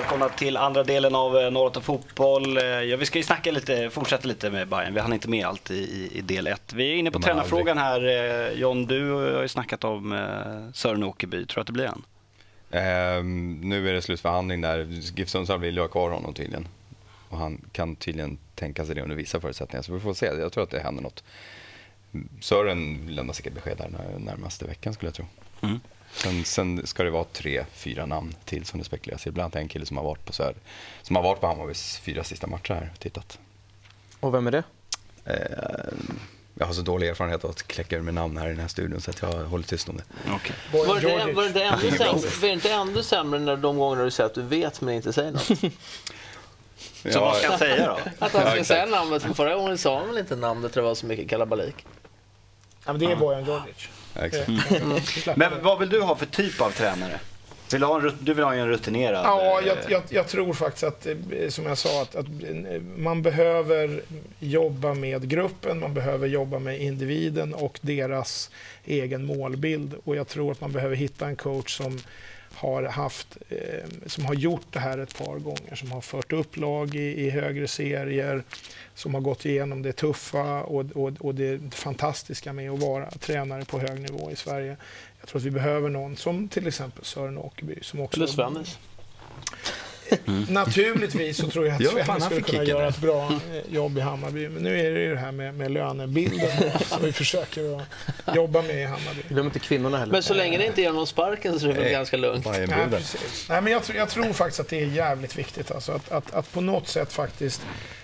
välkomna till andra delen av 08 Fotboll. Ja, vi ska ju fortsätta lite med Bayern. Vi hann inte med allt i del 1. Vi är inne på tränarfrågan här. John, du har ju snackat om Sören Åkerby. Tror du att det blir han? Nu är det slutförhandling där. GIF Sundsvall vill ha kvar honom tydligen. Och han kan tydligen tänka sig det under vissa förutsättningar. Så vi får se. Jag tror att det händer något. Sören lämnar säkert besked där närmaste veckan skulle jag tro. Mm. Sen ska det vara 3-4 namn till som det spekuleras. Ibland en kille som har varit på Söder, som har varit på Hammarbys 4 sista matcher här och tittat. Och vem är det? Jag har så dålig erfarenhet av att kläcka ur med namn här i den här studion så att jag håller tyst om det. Okay. Var det inte ändå sämre när de gånger du säger att du vet men inte säger något? Så vad ska han säga då? Att han ska säga namnet. Förra gången sa han väl inte namnet för det var så mycket kalabalik. Ja, men det är Bojan Djordjic. Men vad vill du ha för typ av tränare? Du vill ha en rutinerad? Ja, jag tror faktiskt att, som jag sa, att man behöver jobba med gruppen, man behöver jobba med individen och deras egen målbild. Och jag tror att man behöver hitta en coach som har gjort det här ett par gånger, som har fört upp lag i högre serier, som har gått igenom det tuffa och det fantastiska med att vara tränare på hög nivå i Sverige. Jag tror att vi behöver någon som till exempel Sören Åkerby som också... Plus Svennis. Naturligtvis så tror jag att Svennis skulle kunna göra ett bra jobb i Hammarby. Men nu är det ju det här med lönebilden som vi försöker att jobba med i Hammarby. Glöm inte kvinnorna heller. Men så länge det inte gör någon sparken så är det väl ganska lugnt. Nej, men jag tror faktiskt att det är jävligt viktigt alltså, att på något sätt faktiskt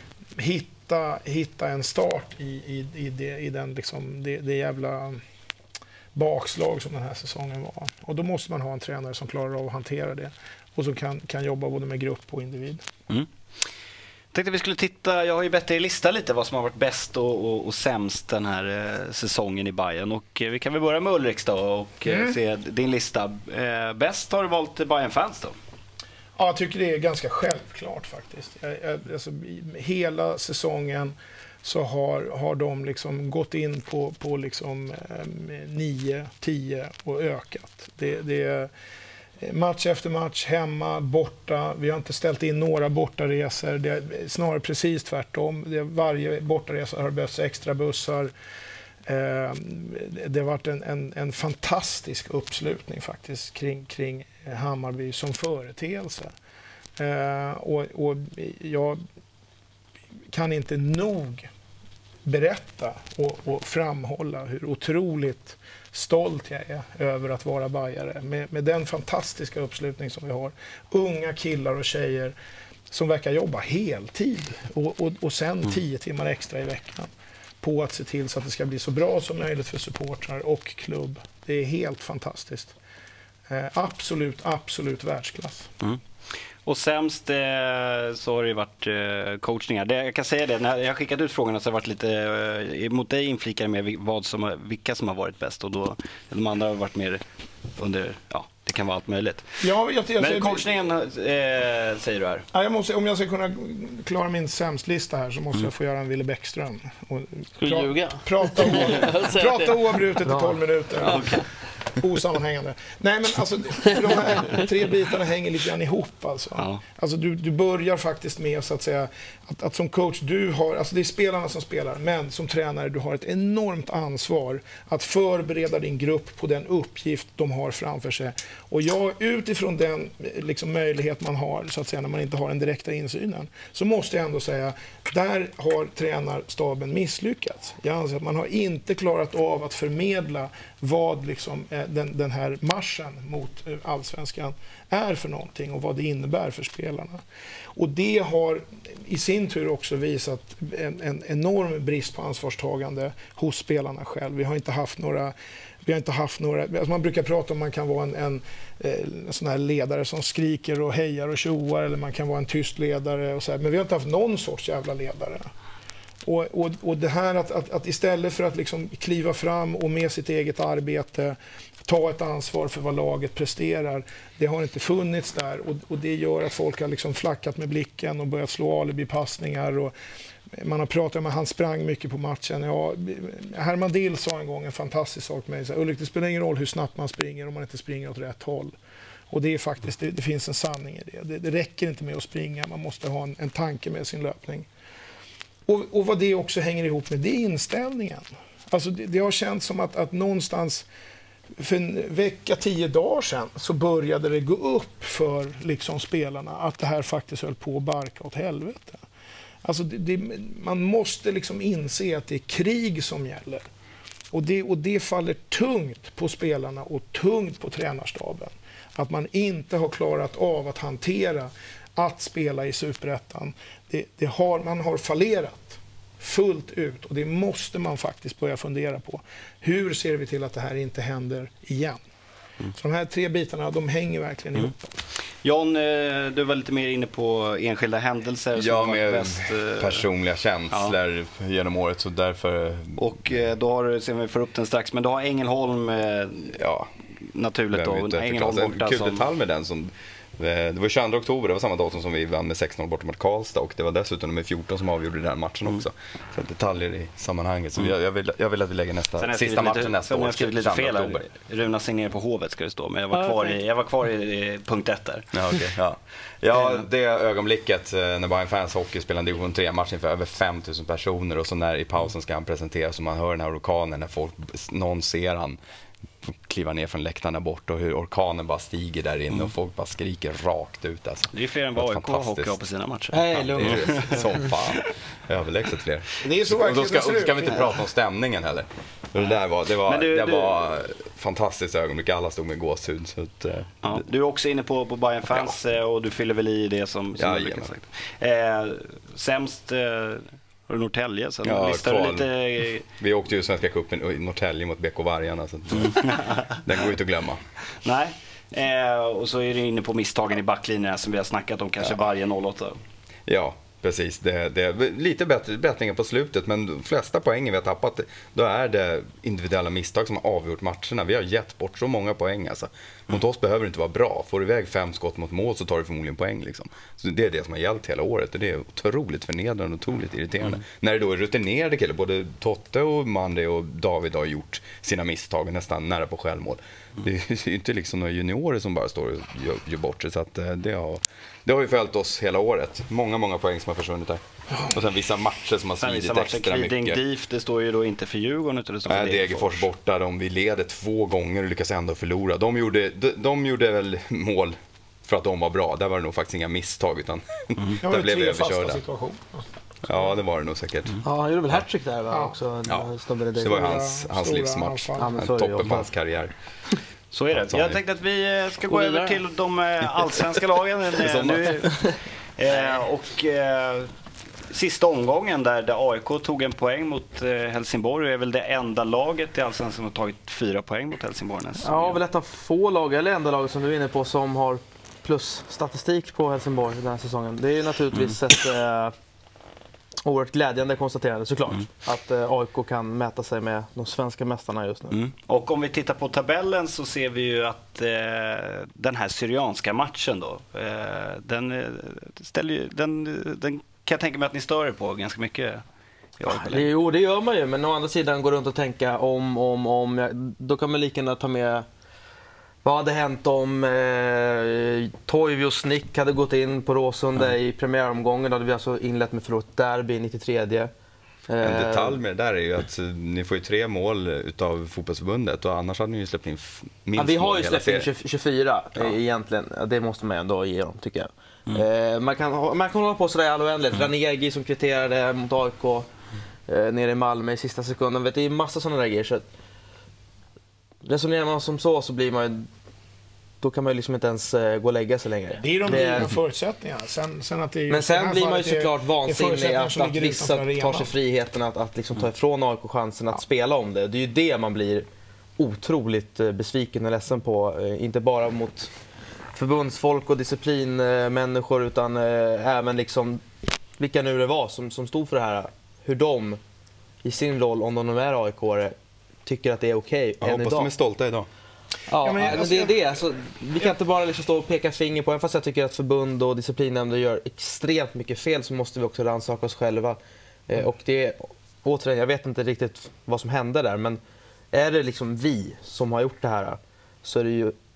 hitta en start i den liksom, det jävla bakslag som den här säsongen var. Och då måste man ha en tränare som klarar av att hantera det och som kan jobba både med grupp och individ. Jag tänkte vi skulle titta, jag har ju bett er lista lite vad som har varit bäst och sämst den här säsongen i Bayern. Och vi kan väl börja med Ulriks då och se din lista. Bäst har du valt Bayern-fans då? Ja, jag tycker det är ganska självklart faktiskt. Alltså, hela säsongen så har de liksom gått in på liksom 9-10 och ökat. Det är match efter match, hemma, borta. Vi har inte ställt in några bortaresor. Det är snarare precis tvärtom. Varje bortaresa har behövts extra bussar. Det har varit en fantastisk uppslutning faktiskt kring Hammarby som företeelse. Och jag kan inte nog berätta och framhålla hur otroligt stolt jag är över att vara bajare med den fantastiska uppslutning som vi har. Unga killar och tjejer som verkar jobba heltid och sen 10 timmar extra i veckan på att se till så att det ska bli så bra som möjligt för supportrar och klubb. Det är helt fantastiskt. Absolut världsklass. Och sämst så har det varit coachningar. Jag kan säga det, när jag skickat ut frågorna så har det varit lite mot dig inflikade med vilka som har varit bäst. Och då de andra har varit mer under, det kan vara allt möjligt. Ja, men coachningen säger du här. Ja, om jag ska kunna klara min sämstlista här så måste jag få göra en Ville Bäckström. Ska du ljuga? Prata oavbrutet i 12 minuter. Okay. Osammanhängande. Nej, men alltså, för de här 3 bitarna hänger lite grann ihop. Alltså. Ja. Alltså, du börjar faktiskt med så att säga att som coach du har, alltså det är spelarna som spelar, men som tränare du har ett enormt ansvar att förbereda din grupp på den uppgift de har framför sig. Och utifrån den liksom, möjlighet man har så att säga när man inte har den direkta insynen så måste jag ändå säga där har tränarstaben misslyckats. Jag anser att man har inte klarat av att förmedla vad liksom, den här marschen mot allsvenskan är för någonting och vad det innebär för spelarna. Och det har i sin tur också visat en enorm brist på ansvarstagande hos spelarna själv. Vi har inte haft några alltså man brukar prata om man kan vara en sån här ledare som skriker och hejar och tjoar eller man kan vara en tyst ledare och så här, men vi har inte haft någon sorts jävla ledare. Och det här att istället för att liksom kliva fram och med sitt eget arbete ta ett ansvar för vad laget presterar, det har inte funnits där och det gör att folk har liksom flackat med blicken och börjat slå alibi-passningar och man har pratat om att han sprang mycket på matchen. Ja, Herman Dill sa en gång en fantastisk sak med mig. Ulrik, det spelar ingen roll hur snabbt man springer om man inte springer åt rätt håll. Och det är faktiskt, det finns en sanning i det. Det räcker inte med att springa, man måste ha en tanke med sin löpning. Och vad det också hänger ihop med, det är inställningen. Alltså det har känts som att någonstans för en vecka, 10 dagar sedan så började det gå upp för liksom spelarna att det här faktiskt höll på att barka åt helvete. Alltså man måste liksom inse att det är krig som gäller. Och det faller tungt på spelarna och tungt på tränarstaben. Att man inte har klarat av att hantera att spela i Superettan. Man har fallerat fullt ut och det måste man faktiskt börja fundera på. Hur ser vi till att det här inte händer igen? Så de här 3 bitarna, de hänger verkligen ihop. John, du var lite mer inne på enskilda händelser. Ja, med personliga känslor genom året, så därför... Och då har du, sen vi får upp den strax, men då har Ängelholm naturligt då. Ängelholm borta. En kul detalj med den som... Det var 22 oktober, det var samma datum som vi vann med 6-0 borta mot Karlstad, och det var dessutom nummer 14 som avgjorde den här matchen också. Så detaljer i sammanhanget. Så jag vill att vi lägger sista matchen nästa år. Jag har skrivit lite fel här. Runa signerar på Hovet ska det stå, men jag var kvar i punkt 1 där. Ja, det ögonblicket när Bayern Fans Hockey spelar en division 3-match inför över 5000 personer, och så när i pausen ska han presenteras och man hör den här orkanen när någon ser han kliva ner från läktarna bort och hur orkanen bara stiger där inne och folk bara skriker rakt ut. Alltså. Det är fler än vad AIK Hockey har på sina matcher. Nej, lugnt. Som fan. Överlägset fler. Det är så och då ska vi inte prata om stämningen heller. Det var fantastiskt ögonblick. Alla stod med gåshud. Så att, du är också inne på Bayern Fans och du fyller väl i det som jag brukar sagt. Sämst... Och Norrtälje, så lite... Vi åkte ju Svenska cupen i Norrtälje mot BK Vargarna, så den går inte att glömma. Nej, och så är det inne på misstagen i backlinjen som vi har snackat om kanske varje 08. Ja, precis. Det är lite bättre på slutet, men de flesta poängen vi har tappat, då är det individuella misstag som har avgjort matcherna. Vi har gett bort så många poäng. Alltså. Mot oss behöver det inte vara bra. Får du iväg 5 skott mot mål så tar du förmodligen poäng. Liksom. Så det är det som har gällt hela året. Och det är otroligt förnedrande och otroligt irriterande. När det då är rutinerade killar, både Totte och Mandy och David har gjort sina misstag nästan nära på självmål. Det är inte liksom några juniorer som bara står och gör bort sig. Så att det har ju följt oss hela året. Många poäng som har försvunnit där. Och sen vissa matcher som har svidit extra mycket. DIF, det står ju då inte för Djurgården utan det står för Degerfors borta. Vi leder 2 gånger och lyckas ändå förlora. De gjorde väl mål för att de var bra. Där var det nog faktiskt inga misstag, utan där blev vi överkörda. Ja, det var det nog säkert. Ja, han gjorde väl hattrick där va? Också, så det var ju hans livsmatch. Toppen på hans karriär. Så är det. Jag tänkte att vi ska gå över till de allsvenska lagen nu. Sista omgången där AIK tog en poäng mot Helsingborg, är väl det enda laget i allsvenskan som har tagit 4 poäng mot Helsingborg. Ja, väl ett av få lag, eller enda laget som du är inne på, som har plus statistik på Helsingborg den här säsongen. Det är naturligtvis ett oerhört glädjande konstaterande såklart, att AIK kan mäta sig med de svenska mästarna just nu. Och om vi tittar på tabellen så ser vi ju att den här syrianska matchen då, den kan jag tänka mig att ni stör er på ganska mycket. Jo, det gör man ju, men å andra sidan går runt och tänka då kan man lika gärna ta med vad hade hänt om Toivonen Nick hade gått in på Råsunda i premiäromgången. Då hade vi alltså inlett med förlåt derby 93. En detalj med det där är ju att ni får ju 3 mål utav fotbollsförbundet, och annars hade ni ju släppt in minst vi har ju släppt in 24 egentligen. Det måste man ändå ge dem, tycker jag. Man kan hålla på sådär i all oändlighet. Ranegi som kvitterade mot AIK nere i Malmö i sista sekunden. Det är massa sådana där grejer. Så resonerar man som så blir man, då kan man ju liksom inte ens gå och lägga sig längre. Det är de givna förutsättningarna. Sen att det är, men sen blir man ju såklart vansinnig att vissa tar sig friheten att liksom ta ifrån AIK chansen att spela om det. Det är ju det man blir otroligt besviken och ledsen på. Inte bara mot förbundsfolk och disciplinmänniskor, utan även liksom vilka nu det var som stod för det här. Hur de i sin roll, om de är AIK-are, tycker att det är okej än hoppas idag. De är stolta idag. Ja, men det är det. Alltså, vi kan inte bara liksom stå och peka finger på. Även fast jag tycker att förbund och disciplinnämnder gör extremt mycket fel, så måste vi också rannsaka oss själva. Och det är, återigen, jag vet inte riktigt vad som hände där, men är det liksom vi som har gjort det här, så är det ju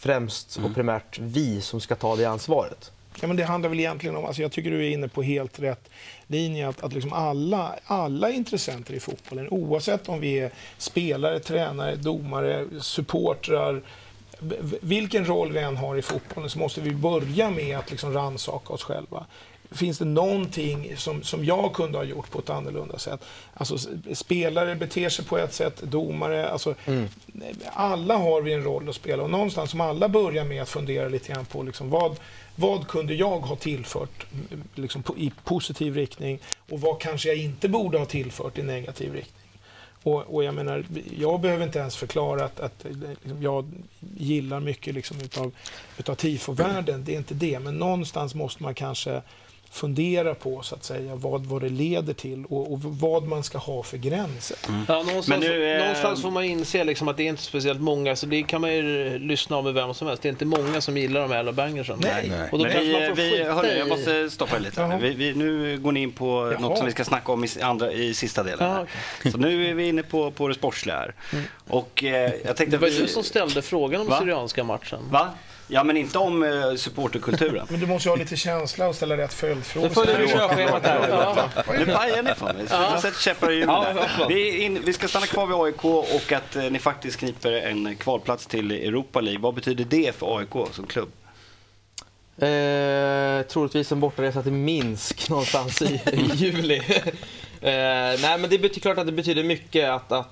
främst och primärt vi som ska ta det ansvaret. Ja, men det handlar väl egentligen om, alltså jag tycker du är inne på helt rätt linje, att liksom alla intressenter i fotbollen, oavsett om vi är spelare, tränare, domare, supportrar, vilken roll vi än har i fotbollen, så måste vi börja med att liksom rannsaka oss själva. Finns det någonting som jag kunde ha gjort på ett annorlunda sätt? Alltså, spelare beter sig på ett sätt, domare, alltså, alla har vi en roll att spela, och någonstans som alla börjar med att fundera lite grann på liksom, vad kunde jag ha tillfört liksom, i positiv riktning, och vad kanske jag inte borde ha tillfört i negativ riktning. Och jag menar, jag behöver inte ens förklara att liksom, jag gillar mycket liksom, utav tifo-världen, det är inte det, men någonstans måste man kanske fundera på, så att säga, vad det leder till och vad man ska ha för gränser. Ja, någonstans får man inse liksom att det är inte speciellt många, så det kan man ju lyssna av med vem som helst. Det är inte många som gillar de här bangersen. Nej. Och då kanske man får hörru, jag måste stoppa lite. Nu går ni in på något som vi ska snacka om i sista delen. Okay. Så nu är vi inne på det sportsliga här. Och, jag tänkte det var du som ställde frågan om syrianska matchen. Va? Ja, men inte om supporterkulturen. Men du måste ju ha lite känsla och ställa rätt följdfrågor. Nu följer du körschemat här. Nu pajar ni för mig. Jag sätter käppar i hjulet. Vi ska stanna kvar vid AIK, och att ni faktiskt kniper en kvalplats till Europa League. Vad betyder det för AIK som klubb? Troligtvis en bortaresa till Minsk någonstans i juli. Nej, men det betyder klart att det betyder mycket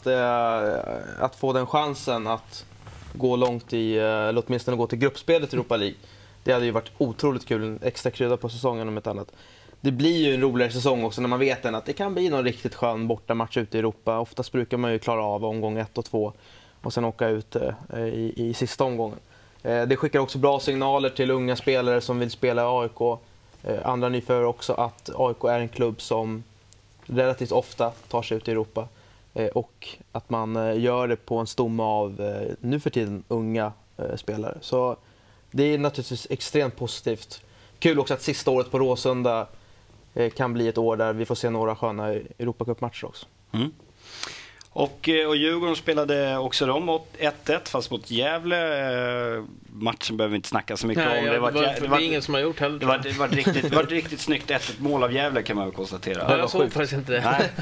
att få den chansen att gå långt eller åtminstone gå till gruppspelet i Europa League. Det hade ju varit otroligt kul, en extra krydda på säsongen om ett annat. Det blir ju en roligare säsong också när man vet att det kan bli någon riktigt skön bortamatch ute i Europa. Oftast brukar man ju klara av omgång 1 och 2 och sen åka ut i sista omgången. Det skickar också bra signaler till unga spelare som vill spela i AIK. Andra nyförvärv också, att AIK är en klubb som relativt ofta tar sig ut i Europa. Och att man gör det på en stomme av nu för tiden unga spelare. Så det är naturligtvis extremt positivt. Kul också att sista året på Råsunda kan bli ett år där vi får se några sköna Europacup-matcher också. Mm. Och Djurgården spelade också 1-1 fast mot Gävle. Matchen behöver vi inte snacka så mycket om. Det var ingen som har gjort heller. Det var riktigt snyggt 1-1 mål av Gävle, kan man väl konstatera. Ja, jag såg faktiskt inte det.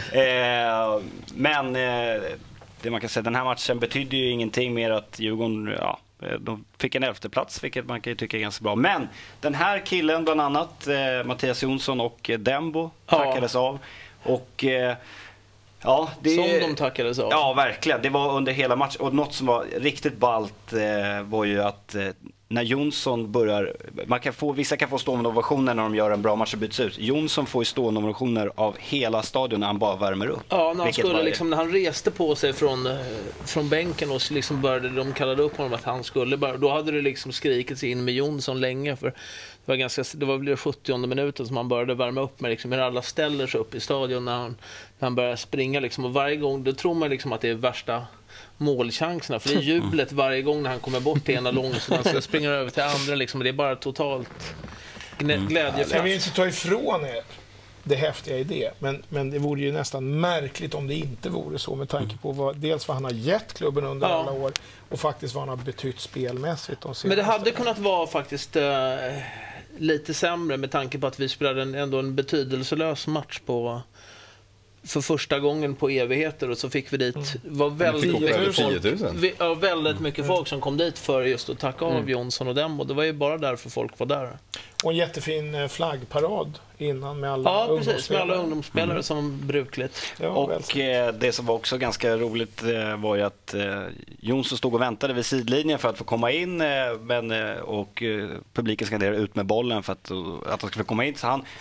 Men det man kan säga, den här matchen betydde ju ingenting mer att Djurgården, de fick en 11:e plats, vilket man kan ju tycka är ganska bra. Men den här killen, bland annat Mattias Jonsson och Dembo, tackades av. Och som de tackades av. Ja, verkligen. Det var under hela matchen. Och något som var riktigt ballt var ju att när Jonsson börjar... Vissa kan få stående ovationer när de gör en bra match och byts ut. Jonsson får ju stående ovationer av hela stadion när han bara värmer upp. Ja, när han reste på sig från bänken och liksom började, de kallade upp honom att han skulle bara... Då hade det liksom skrikits in med Jonsson länge, för det var 70:e minuten som han började värma upp med liksom hur alla ställer sig upp i stadion när han börjar springa liksom, och varje gång då tror man liksom att det är värsta målchanserna, för det är jublet varje gång när han kommer bort till ena lången, så han ska springa över till andra liksom, och det är bara totalt glädjefest. Jag vill inte ta ifrån er det häftiga i det, men det vore ju nästan märkligt om det inte vore så, med tanke på dels vad han har gett klubben under alla år och faktiskt vad han har betytt spelmässigt. Men det hade kunnat vara faktiskt lite sämre, med tanke på att vi spelade ändå en betydelselös match för första gången på evigheter, och så fick vi dit var väldigt mycket folk som kom dit för just att tacka av Jonsson och dem, och det var ju bara därför folk var där. Och en jättefin flaggparad innan med alla ungdomsspelare. Precis, med alla ungdomsspelare som brukligt. Och det som var också ganska roligt var ju att Jonsson stod och väntade vid sidlinjen för att få komma in, och publiken skanderade ut med bollen för att han skulle få komma in, så han...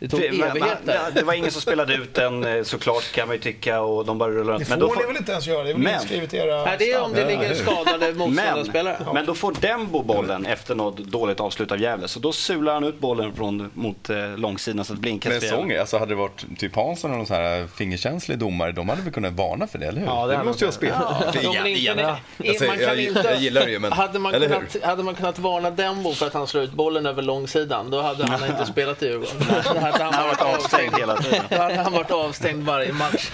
Det var ingen som spelade ut den, såklart, kan man ju tycka, och de bara rullade runt. Det får ni väl inte ens göra, det är väl inskrivet i era... Det är om det ligger skadade motståndarspelare. Men då får Dembo bollen efter något dåligt avslut av Gävle, så då sular han ut bollen mot långsidan så att blinkas. Men sång, alltså hade det varit typ Hansson och någon så här fingerkänslig domare, de hade väl kunnat varna för det, eller hur? Ja, det måste jag spela. Jag gillar det ju, men hade man kunnat varna Dembo för att han slår ut bollen över långsidan, då hade han inte spelat i Djurgården. Han har varit avstängd hela tiden. Han har varit avstängd varje match.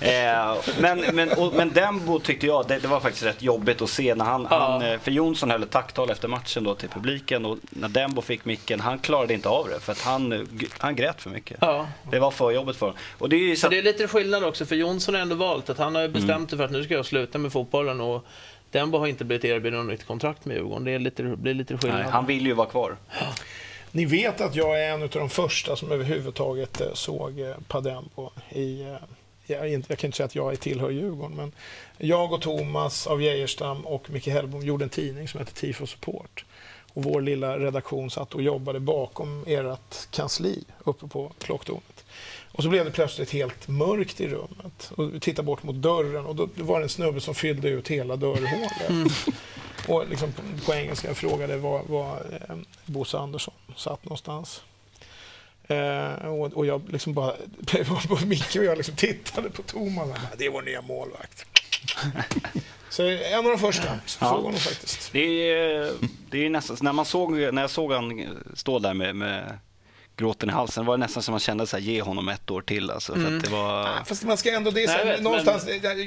Men Dembo tyckte jag, det var faktiskt rätt jobbigt att se när han för Jonsson höll ett tacktal efter matchen då till publiken, och när Dembo fick micken, han klarade inte av det för att han grät för mycket. Ja. Det var för jobbigt för honom. Och det är ju det är lite skillnad också, för Jonsson har ändå valt att han har bestämt sig för att nu ska jag sluta med fotbollen, och Dembo har inte blivit erbjuden något kontrakt med Djurgården. Det blir lite skillnad. Nej, han vill ju vara kvar. Ni vet att jag är en av de första som överhuvudtaget såg Padembo i... Jag kan inte säga att jag tillhör Djurgården, men jag och Thomas av Geijerstam och Micke Hellbom gjorde en tidning som heter Tifo Support. Och vår lilla redaktion satt och jobbade bakom ert kansli uppe på klocktornet. Och så blev det plötsligt helt mörkt i rummet. Och vi tittade bort mot dörren, och då var det en snubbe som fyllde ut hela dörrhålet. Och liksom på engelska frågade var Bosse Andersson satt någonstans. Och jag liksom bara Micke och jag liksom tittade på Thomas. Det var nya målvakt. Så en av de första såg honom faktiskt. Det är nästan när jag såg han stå där med gråten i halsen, var det nästan som man kände så här, ge honom ett år till alltså, för att det var fast man ska ändå någonstans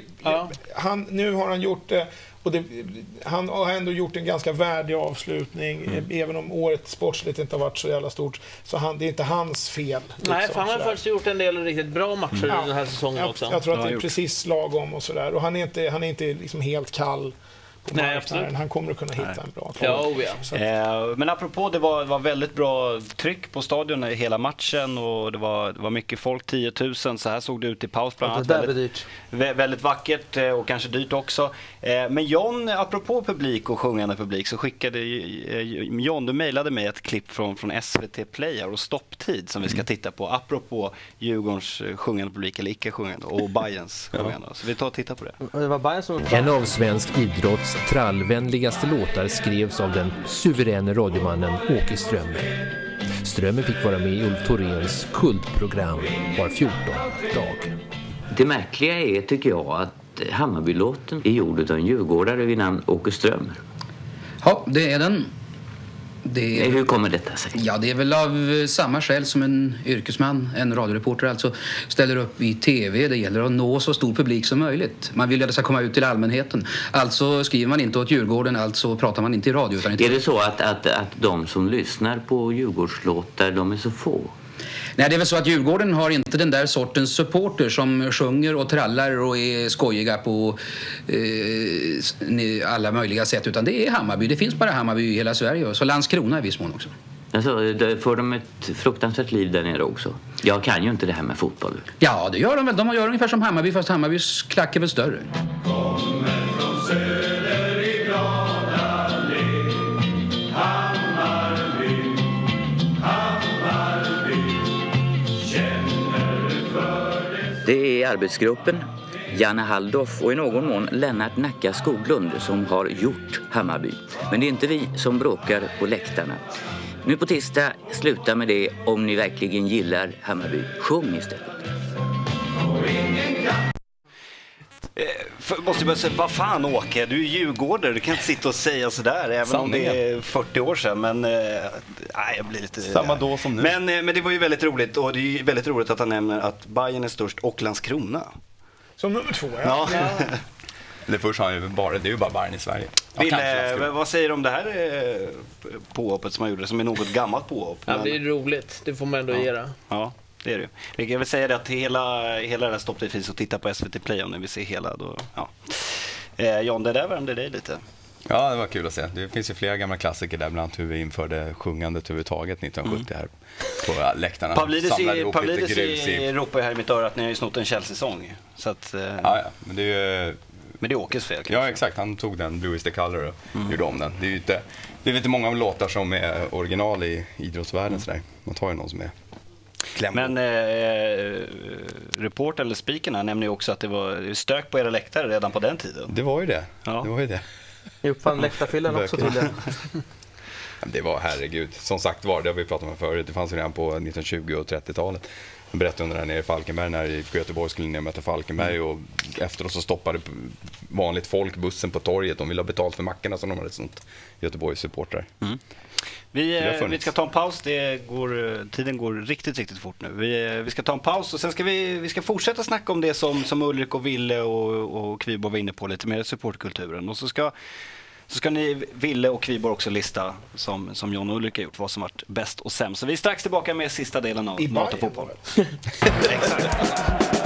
nu har han gjort det. Och han har ändå gjort en ganska värdig avslutning, även om året sportsligt inte har varit så jävla stort. Så det är inte hans fel. Liksom, nej, för han har faktiskt gjort en del riktigt bra matcher den här säsongen också. Jag tror att det är precis lagom och sådär. Och han är inte liksom helt kall på marknaden. Han kommer att kunna hitta en bra men apropå, det var väldigt bra tryck på stadion i hela matchen, och det var mycket folk, 10 000, så här såg det ut i paus bland annat. Väldigt vackert och kanske dyrt också. Men John, apropå publik och sjungande publik, så skickade John, du mejlade mig ett klipp från SVT Play och stopptid som vi ska titta på, apropå Djurgårdens sjungande publik eller icke sjungande och Bayerns sjungande. Så vi tar och tittar på det. Det var Bayern som... En av svensk idrotts trallvänligaste låtar skrevs av den suveräna radiomannen Åke Strömmer. Strömmer fick vara med i Ulf Thoréns kultprogram var 14:e dag. Det märkliga är, tycker jag, att Hammarbylåten är gjord av en djurgårdare vid namn Åke Strömmer. Ja, det är den. Hur kommer detta sig? Ja, det är väl av samma skäl som en yrkesman, en radioreporter alltså, ställer upp i tv. Det gäller att nå så stor publik som möjligt. Man vill att det ska komma ut till allmänheten. Alltså skriver man inte åt Djurgården, alltså pratar man inte i radio. Utan är det så att de som lyssnar på Djurgårdslåtar, de är så få? Nej, det är väl så att Djurgården har inte den där sortens supporter som sjunger och trallar och är skojiga på alla möjliga sätt, utan det är Hammarby. Det finns bara Hammarby i hela Sverige, och så Landskrona i viss mån också. Alltså, får de ett fruktansvärt liv där nere också? Jag kan ju inte det här med fotboll. Ja, det gör de väl. De gör ungefär som Hammarby, fast Hammarbys klack är väl större. Kommer från söder i glada led, Hammarby, Hammarby, känner för det. Det är arbetsgruppen, Janne Halldorf och i någon mån Lennart Nacka Skoglund som har gjort Hammarby. Men det är inte vi som bråkar på läktarna. Nu på tisdag, sluta med det om ni verkligen gillar Hammarby. Sjung istället. Måste jag säga, vad fan Åke, du är djurgårdare, du kan inte sitta och säga sådär även om det är 40 år sedan, men jag blir lite... Samma då som nu. Men det var ju väldigt roligt, och det är ju väldigt roligt att han nämner att Bayern är störst och Landskrona. Som nummer 2, ja. Det först har ju bara, det är ju bara Bayern i Sverige. Vad säger du om det här påhoppet som man gjorde, som är något gammalt påhopp? Ja, det är roligt, det får man ändå göra. Ja. Det är det. Jag vill säga det att hela det här stoppet finns att titta på SVT Play om ni vill se hela. Då, ja. John, det där värmde dig lite. Ja, det var kul att se. Det finns ju flera gamla klassiker där, bland annat hur vi införde sjungandet överhuvudtaget 1970 här på läktarna. Pavlidis ropar ju här i mitt öra att ni har ju snott en Chelsea-sång. Så att, ja, men det är ju... Men det är Åkes fel kanske. Ja, exakt. Han tog den, Blue is the color, och gjorde om den. Det är ju inte många låtar som är original i idrottsvärlden sådär. Man tar ju någon som är klämd. Men reporter eller speakerna nämner ju också att det var stök på era läktare redan på den tiden. Det var ju det. Ja. Det var ju det. Jag uppfann läktarfyllan också tydligen. Det var, herregud, som sagt var, det har vi pratat om förut. Det fanns ju redan på 1920- och 30-talet. Jag berättade under det här nere i Falkenberg när IFK Göteborg skulle ner och möta Falkenberg och efteråt så stoppade vanligt folk bussen på torget. De ville ha betalt för mackorna som de hade sånt Göteborgs supportrar. Vi ska ta en paus. Tiden går riktigt fort nu. Vi ska ta en paus och sen ska vi ska fortsätta snacka om det som Ulrik och Ville och Kviborg var inne på, lite mer supportkulturen. Och så ska ni, Ville och Kviborg, också lista som John och Ulrik har gjort, vad som varit bäst och sämst. Så vi är strax tillbaka med sista delen av Mata Fotboll. Exakt.